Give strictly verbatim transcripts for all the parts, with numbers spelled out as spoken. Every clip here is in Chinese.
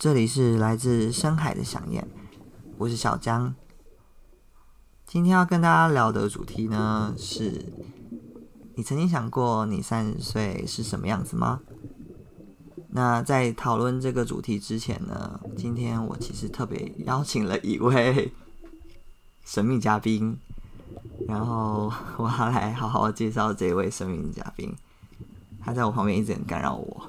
这里是来自深海的响燕，我是小江。今天要跟大家聊的主题呢，是你曾经想过你三十岁是什么样子吗？那在讨论这个主题之前呢，今天我其实特别邀请了一位神秘嘉宾，然后我要来好好介绍这位神秘嘉宾。他在我旁边一直很干扰我。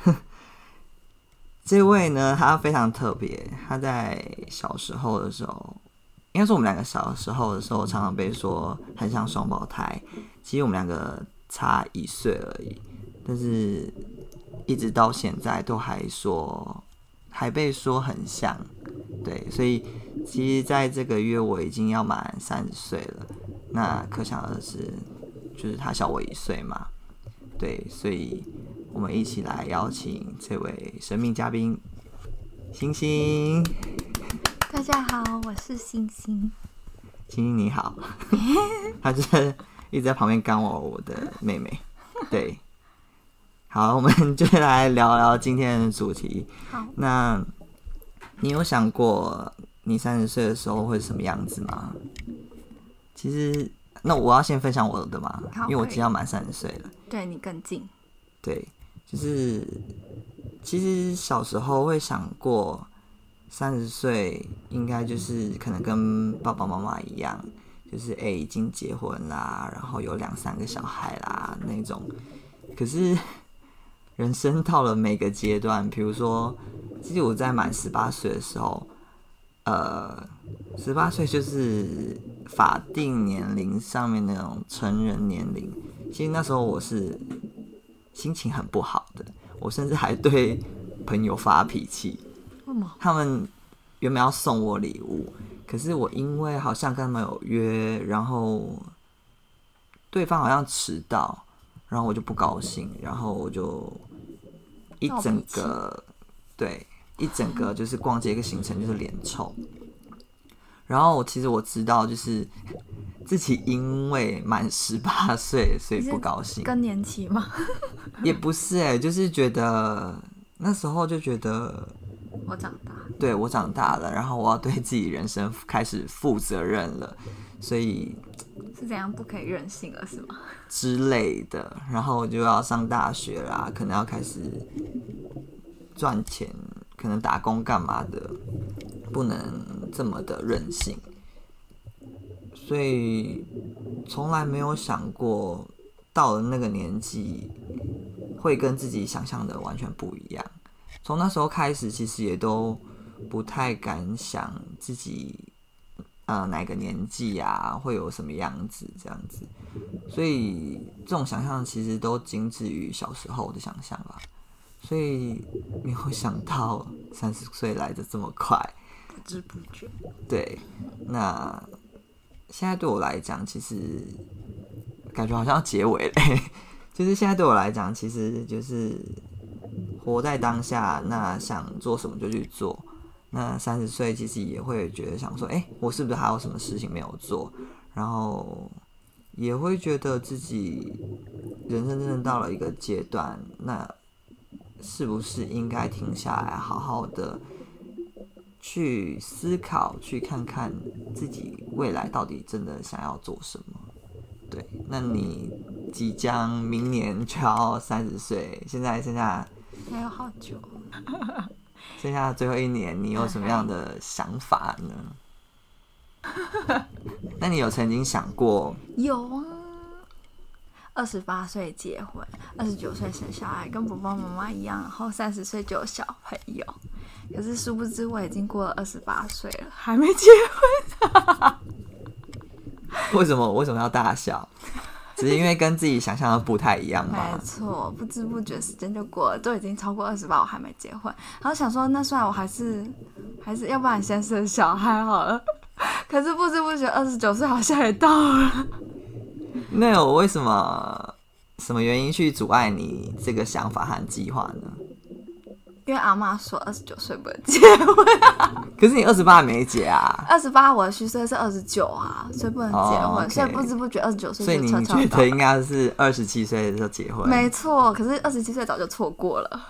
这位呢，他非常特别。他在小时候的时候，应该说我们两个小时候的时候，常常被说很像双胞胎。其实我们两个差一岁而已，但是一直到现在都还说，还被说很像。对，所以其实在这个月我已经要满三十岁了。那可想而知，就是他小我一岁嘛。对，所以我们一起来邀请这位神秘嘉宾星星。 大家好，我是星星。 星星你好。他就是一直在旁边干我我的妹妹。对，好，我们就来聊聊今天的主题。 好， 那你有想过你三十岁的时候会是什么样子吗？其实，那我要先分享我的嘛，因为我即将满三十岁了。 对你更近。 对，就是其实小时候会想过，三十岁应该就是可能跟爸爸妈妈一样，就是哎、欸、已经结婚啦，然后有两三个小孩啦那种。可是人生到了每个阶段，比如说，其实我在满十八岁的时候，呃，十八岁就是法定年龄上面那种成人年龄。其实那时候我是心情很不好的，我甚至还对朋友发脾气。 为什么？ 他们原本要送我礼物，可是我因为好像跟他们有约，然后对方好像迟到，然后我就不高兴，然后我就一整个对一整个就是逛街一个行程就是脸臭。然后其实我知道，就是自己因为满十八岁，所以不高兴。 更年期吗？ 也不是哎、欸，就是觉得那时候就觉得我长大， 对我长大了，然后我要对自己人生开始负责任了，所以是怎样不可以任性了是吗？ 之类的。然后我就要上大学啦，可能要开始赚钱，可能打工干嘛的，不能这么的任性。所以从来没有想过到了那个年纪会跟自己想象的完全不一样。从那时候开始，其实也都不太敢想自己呃哪个年纪啊会有什么样子这样子。所以这种想象其实都仅止于小时候的想象吧。所以没有想到三十岁来得这么快， 不知不觉。 对，那现在对我来讲，其实感觉好像要结尾嘞。就是现在对我来讲，其实就是活在当下，那想做什么就去做。那三十岁其实也会觉得想说，哎、欸，我是不是还有什么事情没有做？然后也会觉得自己人生真的到了一个阶段，那是不是应该停下来，好好的去思考，去看看自己未来到底真的想要做什么？对，那你即将明年就要三十岁，现在剩下还有好久， 剩下最后一年，你有什么样的想法呢？那你有曾经想过？ 有啊，二十八岁结婚，二十九岁生小孩，跟爸爸妈妈一样，然后三十岁就有小朋友。可是殊不知我已经过了二十八岁了，还没结婚。 为什么为什么要大笑？只是因为跟自己想象的不太一样吧？ 没错，不知不觉时间就过了，都已经超过二十八，我还没结婚。然后想说，那算了，我还是还是要不然先生小孩好了。可是不知不觉二十九岁好像也到了。 那有为什么什么原因去阻碍你这个想法和计划呢？ 因为阿嬷说二十九岁不能结婚、啊， 可是你二十八还没结啊？ 二十八我的虚岁是二十九啊，所以不能结婚， oh, okay. 所以不知不觉二十九岁就所以你觉得应该是二十七岁的时候结婚？ 没错，可是二十七岁早就错过了。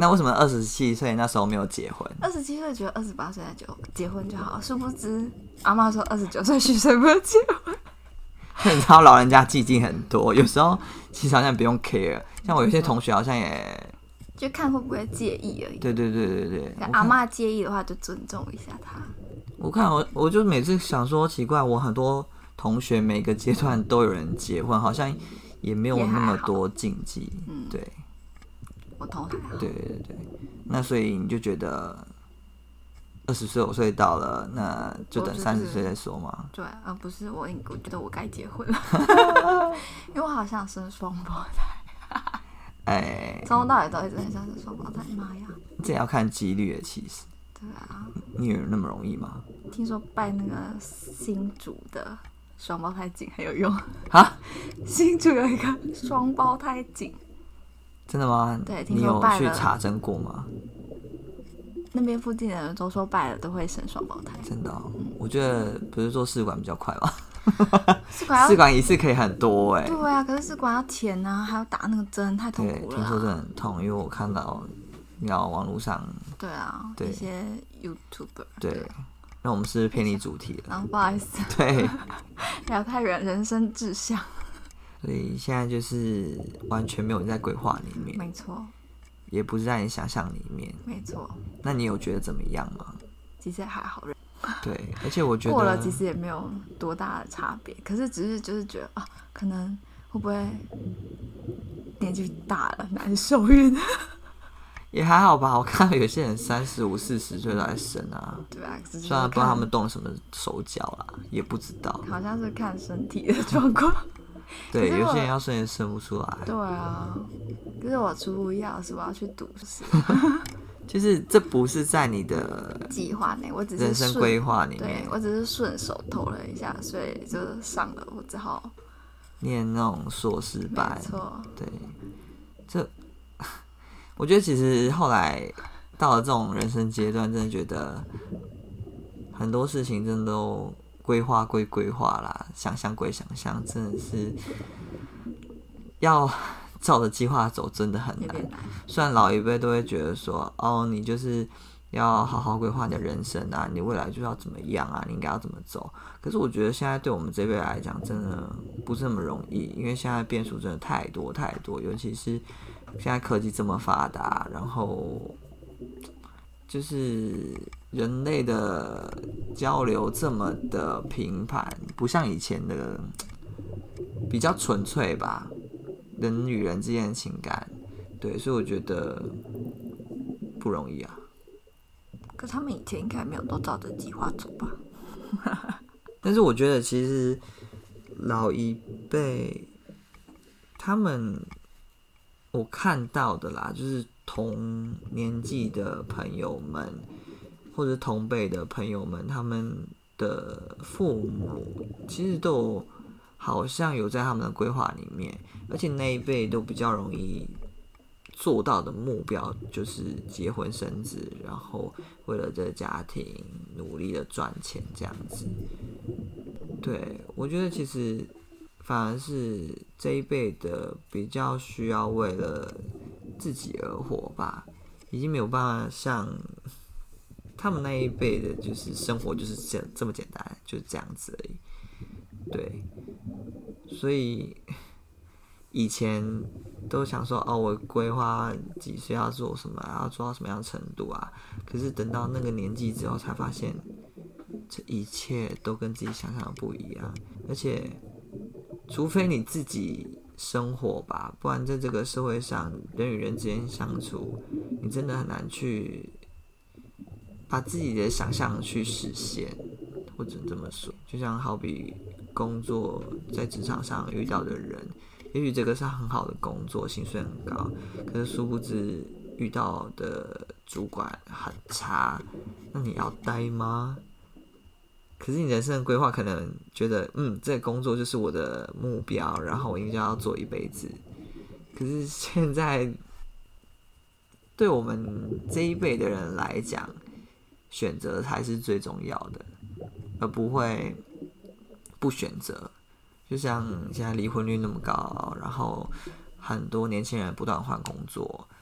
那为什么二十七岁那时候没有结婚？ 二十七岁觉得二十八岁就结婚就好，殊不知阿嬷说二十九岁虚岁不要结婚。 你知道老人家记性很多，有时候其实好像不用 care。像我有些同学好像也就看会不会介意而已。 对对对对对。 阿嬷介意的话，就尊重一下她。 我看我我就每次想说奇怪，我很多同学每个阶段都有人结婚，好像也没有那么多禁忌。嗯，对。 我同还好。 对对对，那所以你就觉得二十岁我岁到了，那就等三十岁再说嘛。 对，而不是我，我觉得我该结婚了，因为我好像生双胞胎。哎，从头到尾都一直很像是双胞胎，妈呀！ 这也要看几率的，其实。 对啊。 你有那么容易吗？ 听说拜那个新竹的双胞胎井很有用啊！ 新竹有一个双胞胎井。 真的吗？ 对，听说拜了。 你有去查证过吗？ 那边附近的人都说拜了都会生双胞胎。 真的、哦嗯？我觉得不是做试管比较快吗？ 试管试管一次可以很多哎、欸。 对啊，可是试管要填啊，还要打那个针，太痛苦了、啊。 听说真的很痛，因为我看到，然后网络上。 对啊，对一些 YouTuber。 对，那我们是偏离主题了。 然后不好意思。 对。 聊太远，人生志向。 所以现在就是完全没有在规划里面， 没错， 也不是在你想象里面， 没错。 那你有觉得怎么样吗？ 其实还好， 对，而且我觉得过了其实也没有多大的差别，可是只是就是觉得啊，可能会不会年纪大了难受孕？ 也还好吧，我看到有些人三十五、四十岁都在生啊。 对啊， 虽然不知道他们动什么手脚啦，也不知道。 好像是看身体的状况。 对，有些人要生也生不出来。 对啊，可是我出乎意料是我要去读书。 就是这不是在你的计划内，我只是人生规划里面， 对我只是顺手投了一下，所以就上了，我只好念那种硕士班。 没错， 对，这我觉得其实后来到了这种人生阶段，真的觉得很多事情真的都规划归规划啦，想象归想象，真的是要照着计划走，真的很难。虽然老一辈都会觉得说，哦，你就是要好好规划你的人生啊，你未来就要怎么样啊，你应该要怎么走。可是我觉得现在对我们这辈来讲，真的不是那么容易，因为现在变数真的太多太多，尤其是现在科技这么发达，然后就是人类的交流这么的频繁，不像以前的比较纯粹吧，人与人之间的情感，对，所以我觉得不容易啊。 可他们以前应该没有都照着计划走吧？ 但是我觉得其实老一辈他们我看到的啦，就是同年纪的朋友们或者同辈的朋友们，他们的父母其实都有好像有在他们的规划里面，而且那一辈都比较容易做到的目标就是结婚生子，然后为了这个家庭努力的赚钱这样子。对，我觉得其实反而是这一辈的比较需要为了自己而活吧，已经没有办法像他们那一辈的，就是生活就是这这么简单，就是这样子而已。对，所以以前都想说，哦，我规划几岁要做什么，要做到什么样的程度啊？可是等到那个年纪之后，才发现这一切都跟自己想象的不一样。而且，除非你自己生活吧，不然在这个社会上，人与人之间相处，你真的很难去把自己的想象去实现。我只能这么说，就像好比工作在职场上遇到的人，也许这个是很好的工作，薪水很高，可是殊不知遇到的主管很差，那你要待吗？可是你人生的规划可能觉得，嗯，这个工作就是我的目标，然后我应该要做一辈子。可是现在对我们这一辈的人来讲，选择才是最重要的，而不会不选择。就像现在离婚率那么高，然后很多年轻人不断换工作，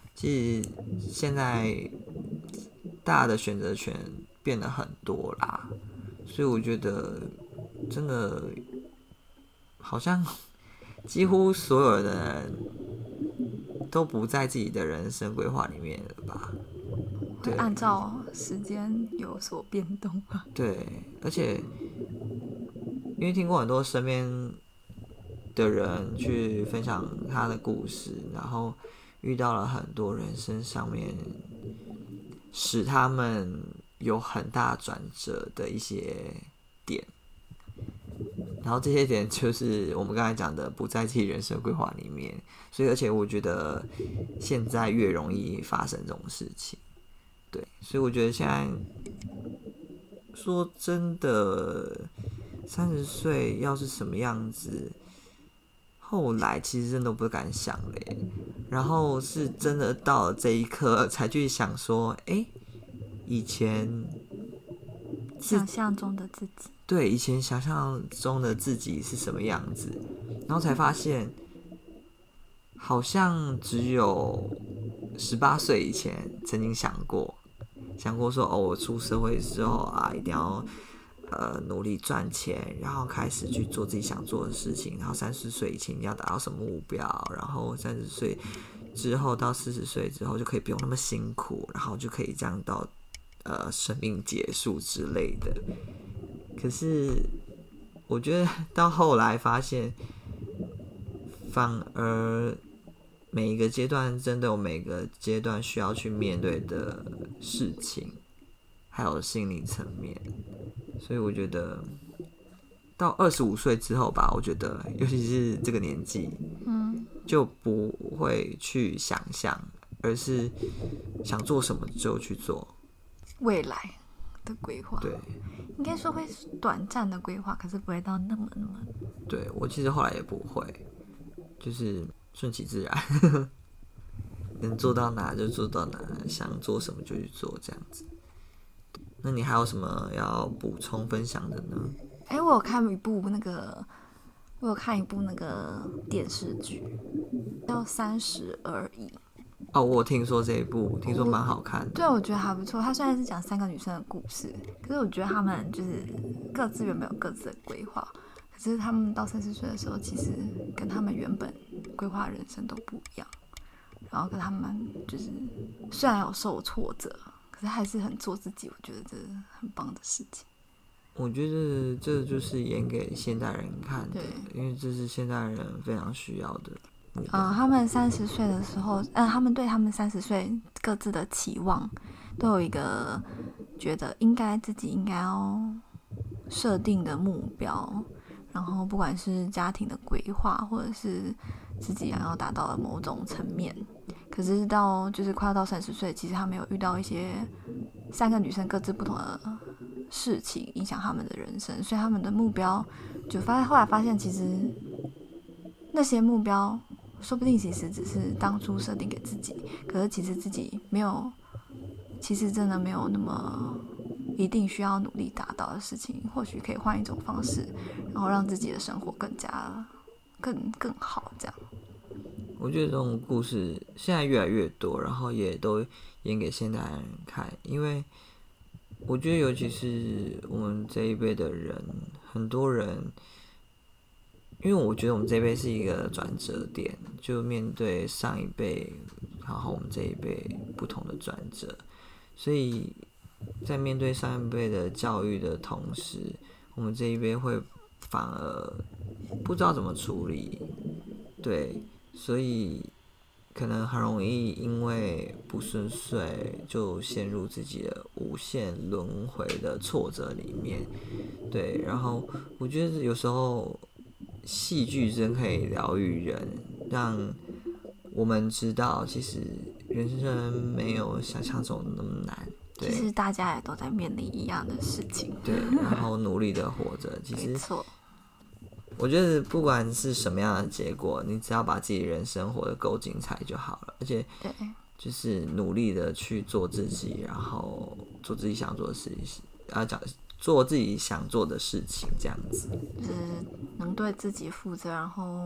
其实现在大家的选择权变得很多啦，所以我觉得真的好像几乎所有的人都不在自己的人生规划里面了吧？ 会按照时间有所变动吧？ 对，而且因为听过很多身边的人去分享他的故事，然后遇到了很多人生上面使他们有很大转折的一些点，然后这些点就是我们刚才讲的不在自己人生规划里面，所以而且我觉得现在越容易发生这种事情，对，所以我觉得现在说真的，三十岁要是什么样子，后来其实真的不敢想嘞。然后是真的到了这一刻才去想说，哎、欸，以前想象中的自己， 对，以前想象中的自己是什么样子，然后才发现，好像只有十八岁以前曾经想过，想过说，哦，我出社会之后啊，一定要。呃，努力赚钱，然后开始去做自己想做的事情。然后三十岁以前你要达到什么目标？然后三十岁之后到四十岁之后就可以不用那么辛苦，然后就可以这样到呃生命结束之类的。可是我觉得到后来发现，反而每一个阶段真的有每个阶段需要去面对的事情，还有心理层面。所以我觉得到二十五岁之后吧，我觉得尤其是这个年纪，嗯，就不会去想象，而是想做什么就去做未来的规划。 对， 应该说会短暂的规划，可是不会到那么那么。 对，我其实后来也不会，就是顺其自然，能做到哪就做到哪，想做什么就去做，这样子。那你还有什么要补充分享的呢？ 哎、欸，我有看一部那个，我有看一部那个电视剧，叫《三十而已》。 哦，我有听说这一部，听说蛮好看的。 对，我觉得还不错。它虽然是讲三个女生的故事，可是我觉得她们就是各自原本有各自的规划，可是她们到三十岁的时候，其实跟她们原本规划人生都不一样。然后跟他们就是虽然有受挫折。可是还是很做自己，我觉得这是很棒的事情。 我觉得这就是演给现代人看的，因为这是现代人非常需要的。 嗯、呃，他们三十岁的时候，呃，他们对他们三十岁各自的期望，都有一个觉得应该自己应该要设定的目标，然后不管是家庭的规划，或者是自己想要达到的某种层面。可是到就是快要到三十岁，其实他们有遇到一些三个女生各自不同的事情影响他们的人生，所以他们的目标就发现后来发现，其实那些目标说不定其实只是当初设定给自己，可是其实自己没有，其实真的没有那么一定需要努力达到的事情，或许可以换一种方式，然后让自己的生活更加更更好这样。 我觉得这种故事现在越来越多，然后也都演给现代人看，因为我觉得尤其是我们这一辈的人，很多人，因为我觉得我们这一辈是一个转折点，就面对上一辈，然后我们这一辈不同的转折，所以在面对上一辈的教育的同时，我们这一辈会反而不知道怎么处理，对。所以可能很容易因为不顺遂就陷入自己的无限轮回的挫折里面，对。然后我觉得有时候戏剧真可以疗愈人，让我们知道其实人生没有想象中那么难。对， 其实大家也都在面临一样的事情。 对，然后努力的活着，其实没错。 我觉得不管是什么样的结果，你只要把自己人生活得够精彩就好了，而且就是努力的去做自己，然后做自己想做的事情，啊，讲做自己想做的事情，这样子， 就是能对自己负责，然后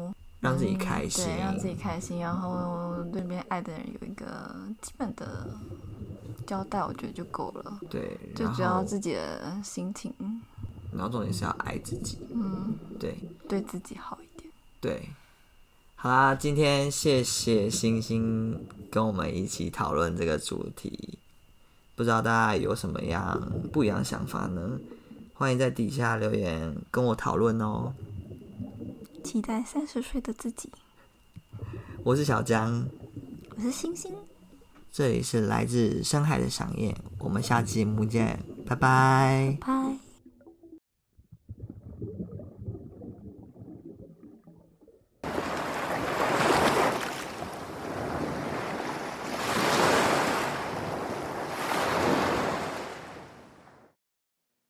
让自己开心， 对，让自己开心，然后对那边爱的人有一个基本的交代，我觉得就够了。 对， 最主要自己的心情， 然后重点是要爱自己， 嗯， 对， 对自己好一点。 对，好啦，今天谢谢星星跟我们一起讨论这个主题，不知道大家有什么样不一样的想法呢？欢迎在底下留言跟我讨论哦。 期待三十岁的自己。 我是小江， 我是星星， 这里是来自深海的响燕，我们下期节目见，拜拜。 拜。